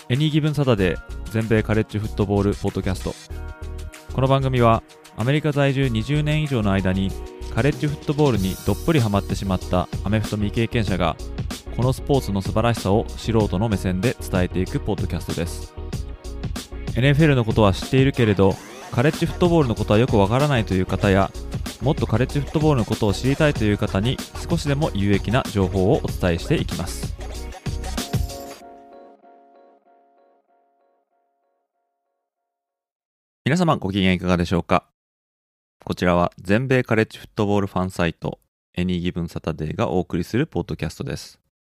エニーギブンサタデー全米カレッジフットボールポッドキャスト。この番組はアメリカ在住20年以上の間にカレッジフットボールにどっぷりハマってしまったアメフト未経験者がこのスポーツの素晴らしさを素人の目線で伝えていくポッドキャストです。 NFL のことは知っているけれどカレッジフットボールのことはよくわからないという方や、もっとカレッジフットボールのことを知りたいという方に少しでも有益な情報をお伝えしていきます。皆様ご機嫌いかがでしょうか。こちらは全米カレッジフットボールファンサイトエニーギブンサタデーがお送りするポッドキャストです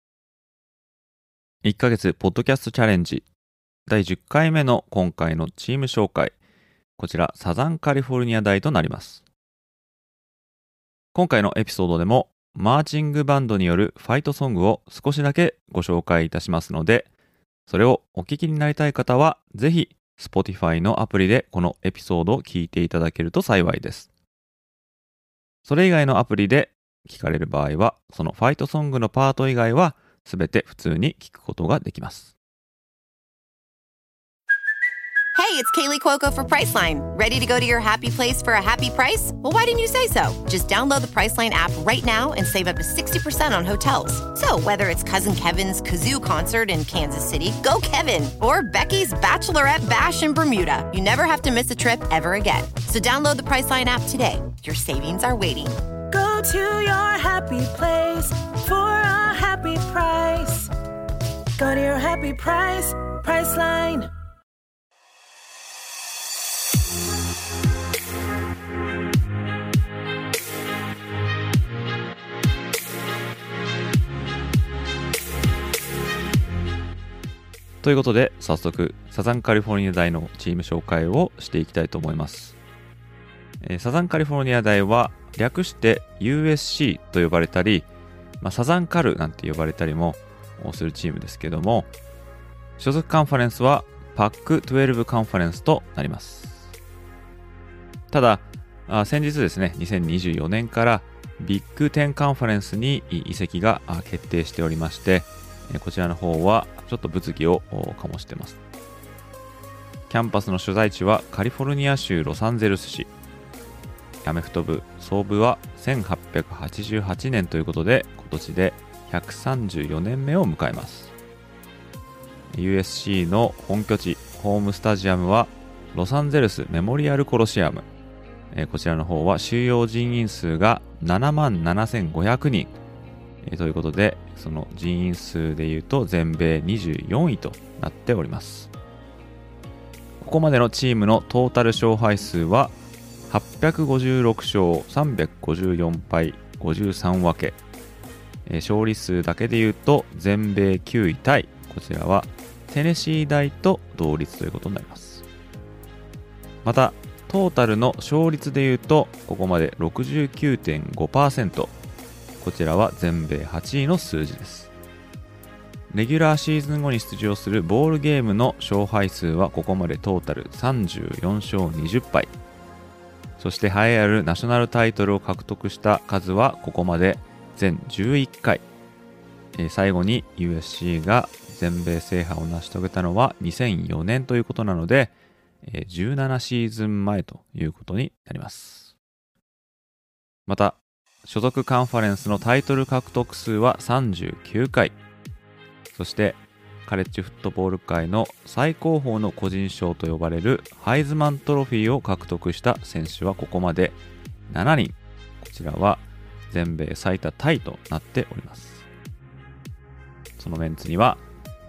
。1ヶ月ポッドキャストチャレンジ第10回目の今回のチーム紹介、こちらサザンカリフォルニア大となります。今回のエピソードでもマーチングバンドによるファイトソングを少しだけご紹介いたしますので、それをお聞きになりたい方はぜひSpotify のアプリでこのエピソードを聞いていただけると幸いです。それ以外のアプリで聞かれる場合は、そのファイトソングのパート以外はすべて普通に聞くことができます。 Hey, it's Kaylee Cuoco for Priceline. Ready to go to your happy place for a happy price? Well, why didn't you say so? Just download the Priceline app right now and save up to 60% on hotels. So whether it's Cousin Kevin's Kazoo Concert in Kansas City, go Kevin, or Becky's Bachelorette Bash in Bermuda, you never have to miss a trip ever again. So download the Priceline app today. Your savings are waiting. Go to your happy place for a happy price. Go to your happy price, Priceline. ということで早速サザンカリフォルニア大のチーム紹介をしていきたいと思います。サザンカリフォルニア大は略して USC と呼ばれたり、サザンカルなんて呼ばれたりもするチームですけども、所属カンファレンスは PAC-12 カンファレンスとなります。ただ先日ですね、2024年からビッグ10カンファレンスに移籍が決定しておりまして、こちらの方はちょっと物議を醸しています。キャンパスの所在地はカリフォルニア州ロサンゼルス市。アメフト部創部は1888年ということで、今年で134年目を迎えます。 USC の本拠地ホームスタジアムはロサンゼルスメモリアルコロシアム。こちらの方は収容人員数が77,500人ということで、その人員数でいうと全米24位となっております。ここまでのチームのトータル勝敗数は856勝354敗53分け。勝利数だけでいうと全米9位タイ、こちらはテネシー大と同率ということになります。またトータルの勝率でいうとここまで 69.5%、こちらは全米8位の数字です。レギュラーシーズン後に出場するボールゲームの勝敗数はここまでトータル34勝20敗。そして栄えあるナショナルタイトルを獲得した数はここまで全11回。最後に USC が全米制覇を成し遂げたのは2004年ということなので、17シーズン前ということになります。また所属カンファレンスのタイトル獲得数は39回。そしてカレッジフットボール界の最高峰の個人賞と呼ばれるハイズマントロフィーを獲得した選手はここまで7人。こちらは全米最多タイとなっております。そのメンツには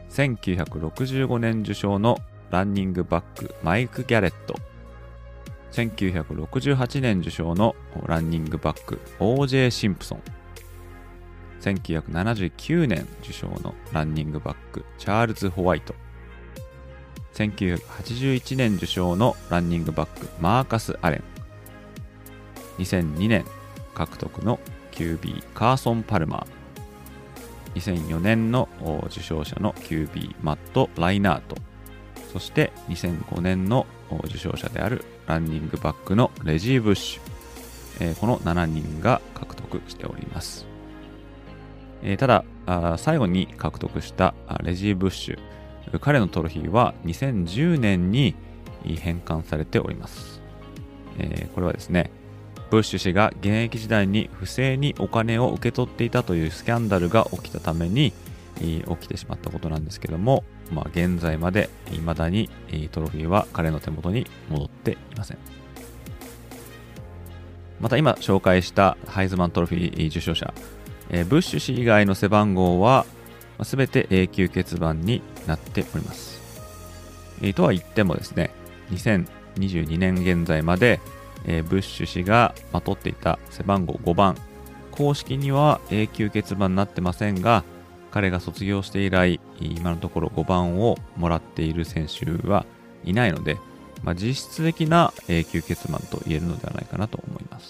1965年受賞のランニングバックマイク・ギャレット、1968年受賞のランニングバック O.J. シンプソン、1979年受賞のランニングバックチャールズ・ホワイト、1981年受賞のランニングバックマーカス・アレン、2002年獲得の QB カーソン・パルマー、2004年の受賞者の QB マット・ライナート、そして2005年の受賞者であるランニングバックのレジー・ブッシュ、この7人が獲得しております。ただ最後に獲得したレジー・ブッシュ彼のトロフィーは2010年に返還されております。これはですね、ブッシュ氏が現役時代に不正にお金を受け取っていたというスキャンダルが起きたために起きてしまったことなんですけども、現在まで未だにトロフィーは彼の手元に戻っていません。また今紹介したハイズマントロフィー受賞者、ブッシュ氏以外の背番号は全て永久欠番になっております。とは言ってもですね、2022年現在までブッシュ氏がまとっていた背番号5番、公式には永久欠番になってませんが、彼が卒業して以来、今のところ5番をもらっている選手はいないので、実質的な永久欠番と言えるのではないかなと思います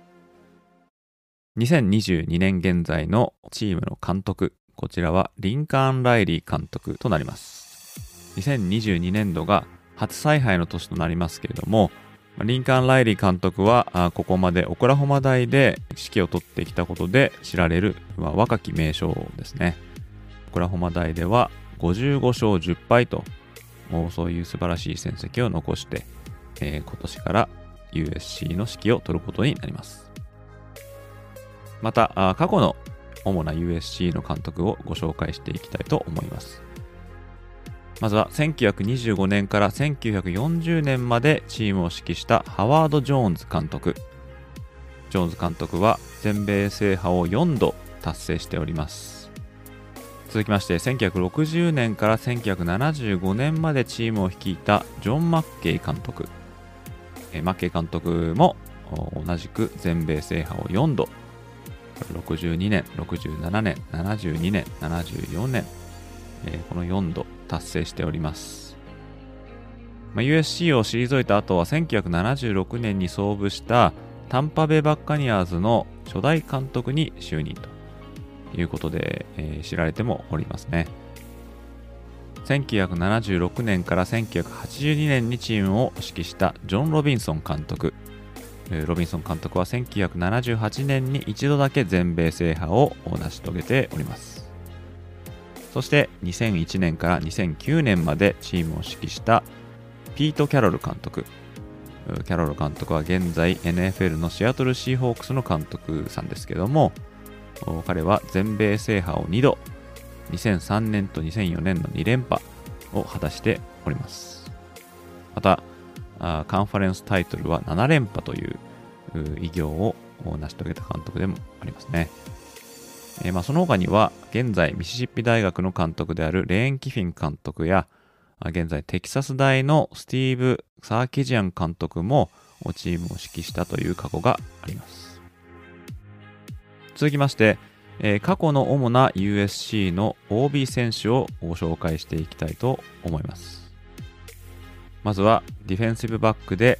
。2022年現在のチームの監督、こちらはリンカーン・ライリー監督となります。2022年度が初采配の年となりますけれども、リンカーン・ライリー監督はここまでオクラホマ大で指揮を執ってきたことで知られる、若き名将ですね。オクラホマ大では55勝10敗とそういう素晴らしい戦績を残して、今年から USC の指揮を執ることになります。また過去の主な USC の監督をご紹介していきたいと思います。まずは1925年から1940年までチームを指揮したハワード・ジョーンズ監督。ジョーンズ監督は全米制覇を4度達成しております。続きまして1960年から1975年までチームを率いたジョン・マッケイ監督。マッケイ監督も同じく全米制覇を4度、62年、67年、72年、74年、この4度達成しております。USC を退いた後は1976年に創部したタンパベイバッカニアーズの初代監督に就任ということで、知られてもおりますね。1976年から1982年にチームを指揮したジョン・ロビンソン監督。ロビンソン監督は1978年に一度だけ全米制覇を成し遂げております。そして2001年から2009年までチームを指揮したピート・キャロル監督。キャロル監督は現在 NFL のシアトルシーホークスの監督さんですけども、彼は全米制覇を2度、2003年と2004年の2連覇を果たしております。またカンファレンスタイトルは7連覇という偉業を成し遂げた監督でもありますね。その他には現在ミシシッピ大学の監督であるレーン・キフィン監督や現在テキサス大のスティーブ・サーキジアン監督もチームを指揮したという過去があります。続きまして過去の主な USC の OB 選手をご紹介していきたいと思います。まずはディフェンシブバックで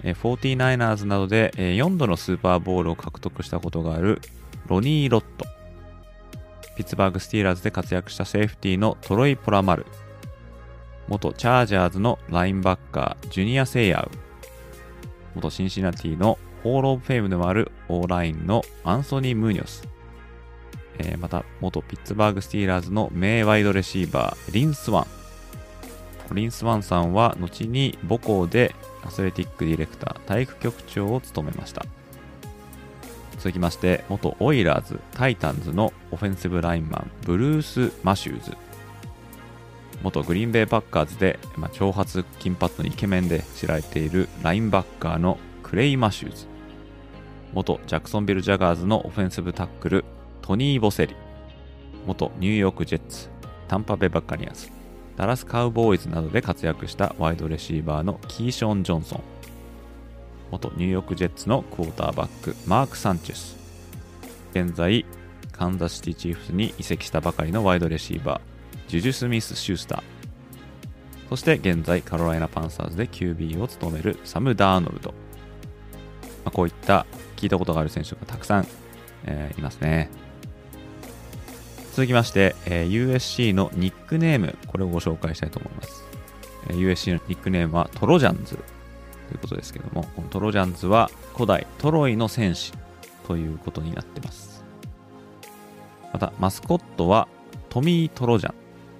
49ers などで4度のスーパーボールを獲得したことがあるロニー・ロット。ピッツバーグスティーラーズで活躍したセーフティーのトロイ・ポラマル。元チャージャーズのラインバッカージュニア・セイアウ。元シンシナティのホール・オブ・フェイムでもあるオーラインのアンソニー・ムーニョス。また元ピッツバーグスティーラーズの名ワイドレシーバーリン・スワン。リン・スワンさんは後に母校でアスレティックディレクター体育局長を務めました。続きまして元オイラーズタイタンズのオフェンシブラインマンブルース・マシューズ。元グリーンベイパッカーズで、長髪金髪のイケメンで知られているラインバッカーのクレイ・マシューズ。元ジャクソンビル・ジャガーズのオフェンシブタックルトニー・ボセリ。元ニューヨーク・ジェッツタンパベイバッカニアーズダラスカウボーイズなどで活躍したワイドレシーバーのキーション・ジョンソン。元ニューヨークジェッツのクォーターバックマーク・サンチェス。現在カンザスシティチーフスに移籍したばかりのワイドレシーバージュジュ・スミス・シュースター。そして現在カロライナ・パンサーズで QB を務めるサム・ダーノルド。こういった聞いたことがある選手がたくさん、いますね。続きまして、USC のニックネーム、これをご紹介したいと思います。USC のニックネームはトロジャンズということですけども、このトロジャンズは古代トロイの戦士ということになっています。またマスコットはトミー・トロジャン。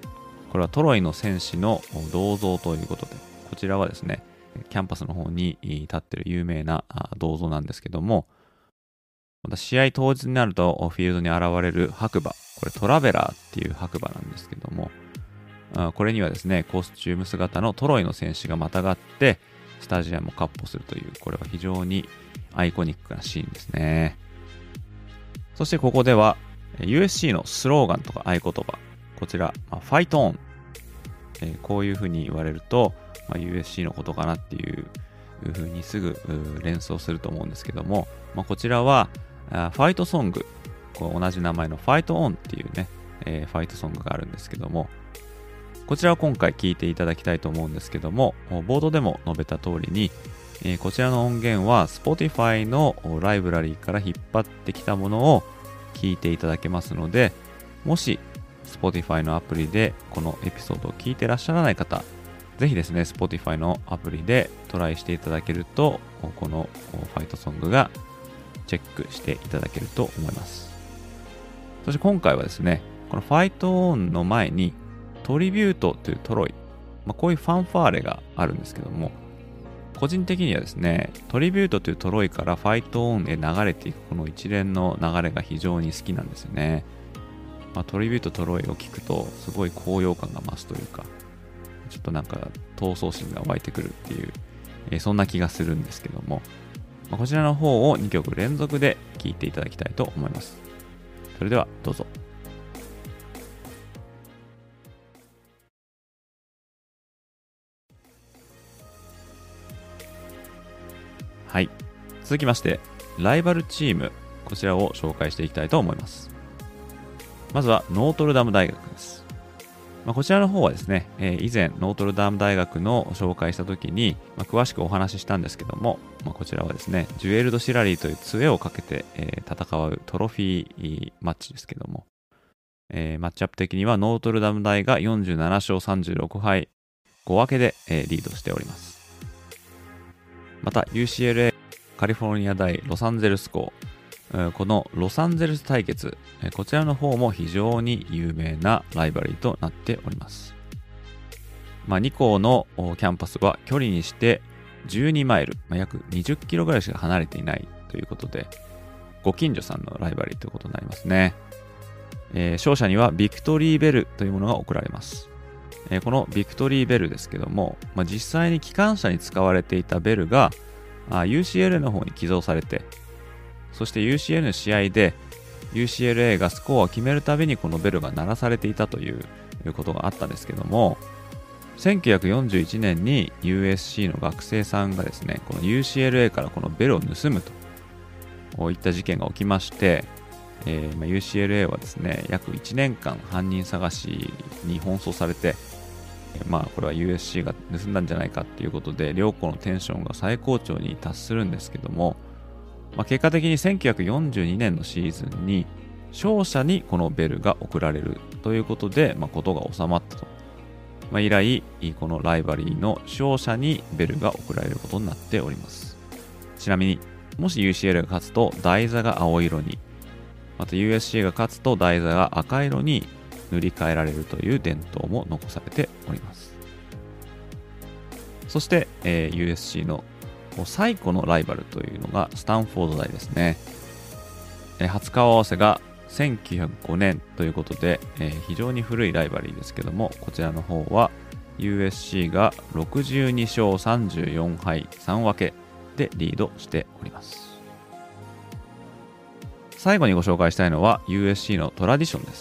これはトロイの戦士の銅像ということで、こちらはですね、キャンパスの方に立っている有名な銅像なんですけども、また試合当日になるとフィールドに現れる白馬、これトラベラーっていう白馬なんですけども、これにはですね、コスチューム姿のトロイの戦士がまたがってスタジアムを闊歩するという、これは非常にアイコニックなシーンですね。そしてここでは USC のスローガンとか合言葉、こちら、ファイトオン、こういうふうに言われると、USC のことかなっていうふうにすぐ連想すると思うんですけども、こちらはファイトソング、同じ名前のファイトオンっていうね、ファイトソングがあるんですけども、こちらは今回聴いていただきたいと思うんですけども、ボードでも述べた通りに、こちらの音源は Spotify のライブラリーから引っ張ってきたものを聴いていただけますので、もし Spotify のアプリでこのエピソードを聞いてらっしゃらない方、ぜひですね Spotify のアプリでトライしていただけると、このファイトソングがチェックしていただけると思います。そして今回はですね、このファイトオンの前にトリビュートというトロイ、こういうファンファーレがあるんですけども、個人的にはですね、トリビュートというトロイからファイトオンへ流れていくこの一連の流れが非常に好きなんですよね。トリビュートトロイを聞くとすごい高揚感が増すというか、ちょっとなんか闘争心が湧いてくるっていう、そんな気がするんですけども、こちらの方を2曲連続で聴いていただきたいと思います。それではどうぞ。はい、続きましてライバルチーム、こちらを紹介していきたいと思います。まずはノートルダム大学です。こちらの方はですね、以前ノートルダム大学の紹介した時に、詳しくお話ししたんですけども、こちらはですね、ジュエルド・シラリーという杖をかけて、戦うトロフィーマッチですけども、マッチアップ的にはノートルダム大が47勝36敗5分けで、リードしております。また UCLA カリフォルニア大ロサンゼルス校、このロサンゼルス対決、こちらの方も非常に有名なライバリーとなっております。2校のキャンパスは距離にして12マイル、約20キロぐらいしか離れていないということで、ご近所さんのライバリーということになりますね。勝者にはビクトリーベルというものが贈られます。このビクトリーベルですけども、実際に機関車に使われていたベルがUCLA の方に寄贈されて、そして UCLA の試合で UCLA がスコアを決めるたびにこのベルが鳴らされていたということがあったんですけども、1941年に USC の学生さんがですね、この UCLA からこのベルを盗むといった事件が起きまして、UCLA はですね、約1年間犯人探しに奔走されて、これは USC が盗んだんじゃないかっていうことで、両校のテンションが最高潮に達するんですけども、結果的に1942年のシーズンに勝者にこのベルが贈られるということで、ことが収まったと。以来、このライバリーの勝者にベルが贈られることになっております。ちなみに、もし UCLA が勝つと台座が青色に、また USC が勝つと台座が赤色に塗り替えられるという伝統も残されております。そして、USC の最古のライバルというのがスタンフォード大ですね。初顔合わせが1905年ということで、非常に古いライバリーですけども、こちらの方は USC が62勝34敗3分けでリードしております。最後にご紹介したいのは USC のトラディションです。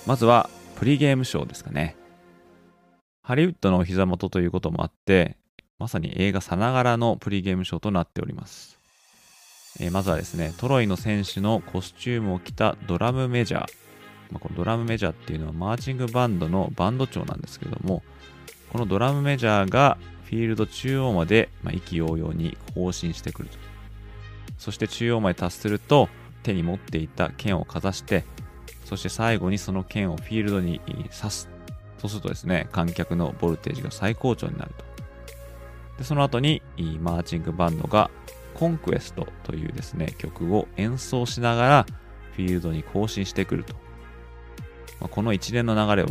まずはプリゲームショーですかね。ハリウッドのお膝元ということもあって、まさに映画さながらのプリゲームショーとなっております。まずはですね、トロイの選手のコスチュームを着たドラムメジャー。このドラムメジャーっていうのはマーチングバンドのバンド長なんですけども、このドラムメジャーがフィールド中央まで意気揚々に行進してくると。そして中央まで達すると手に持っていた剣をかざして、そして最後にその剣をフィールドに刺す。そうするとですね、観客のボルテージが最高潮になると。でその後にマーチングバンドがコンクエストというですね曲を演奏しながらフィールドに行進してくると。この一連の流れはね、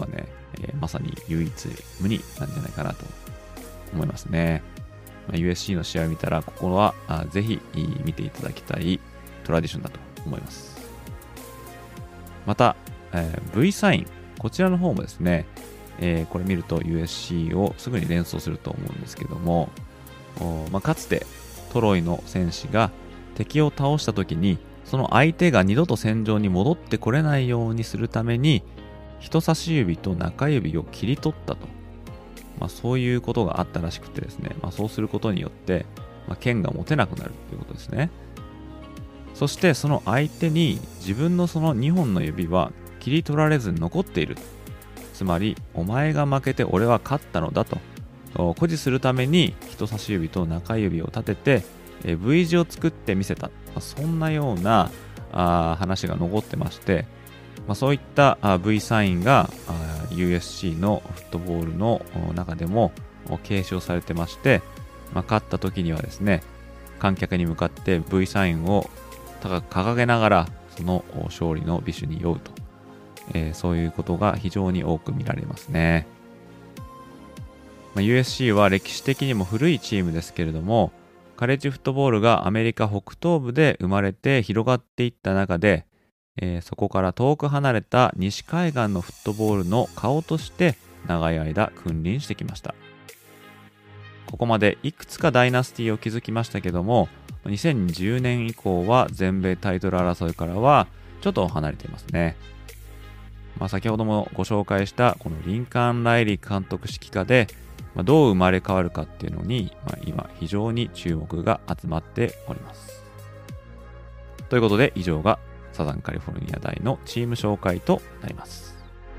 まさに唯一無二なんじゃないかなと思いますね。USC の試合を見たら、ここはぜひ見ていただきたいトラディションだと思います。また、V サイン、こちらの方もですね、これ見ると USC をすぐに連想すると思うんですけども、かつてトロイの戦士が敵を倒した時に、その相手が二度と戦場に戻ってこれないようにするために、人差し指と中指を切り取ったと。そういうことがあったらしくてですね、そうすることによって、剣が持てなくなるということですね。そしてその相手に自分のその2本の指は切り取られずに残っている。つまり、お前が負けて俺は勝ったのだと誇示するために人差し指と中指を立てて V 字を作ってみせた。そんなような話が残ってまして、そういった V サインがUSC のフットボールの中でも継承されてまして、勝った時にはですね、観客に向かって V サインを高く掲げながらその勝利の美酒に酔うと、そういうことが非常に多く見られますね。USC は歴史的にも古いチームですけれども、カレッジフットボールがアメリカ北東部で生まれて広がっていった中で、そこから遠く離れた西海岸のフットボールの顔として長い間君臨してきました。ここまでいくつかダイナスティを築きましたけども、2010年以降は全米タイトル争いからはちょっと離れていますね。先ほどもご紹介したこのリンカーン・ライリー監督指揮下でどう生まれ変わるかっていうのに、今非常に注目が集まっております。ということで、以上がサザンカリフォルニア大のチーム紹介となります。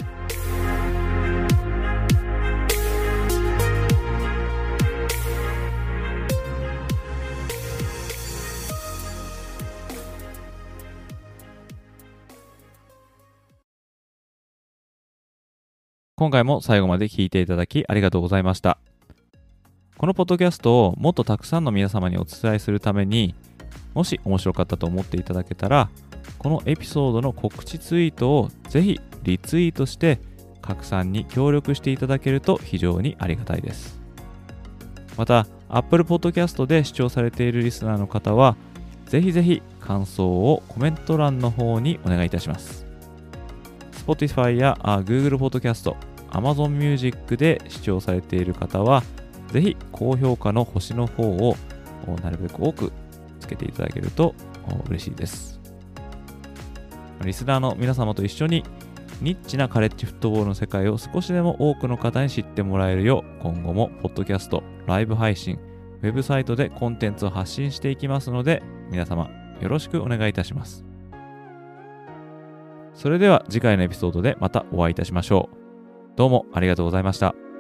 今回も最後まで聞いていただきありがとうございました。このポッドキャストをもっとたくさんの皆様にお伝えするために、もし面白かったと思っていただけたら、このエピソードの告知ツイートをぜひリツイートして拡散に協力していただけると非常にありがたいです。また、Apple Podcast で視聴されているリスナーの方は、ぜひぜひ感想をコメント欄の方にお願いいたします。Spotify やGoogle Podcast、Amazon Music で視聴されている方は、ぜひ高評価の星の方をなるべく多くつけていただけると嬉しいです。リスナーの皆様と一緒にニッチなカレッジフットボールの世界を少しでも多くの方に知ってもらえるよう、今後もポッドキャスト、ライブ配信、ウェブサイトでコンテンツを発信していきますので、皆様よろしくお願いいたします。それでは次回のエピソードでまたお会いいたしましょう。どうもありがとうございました。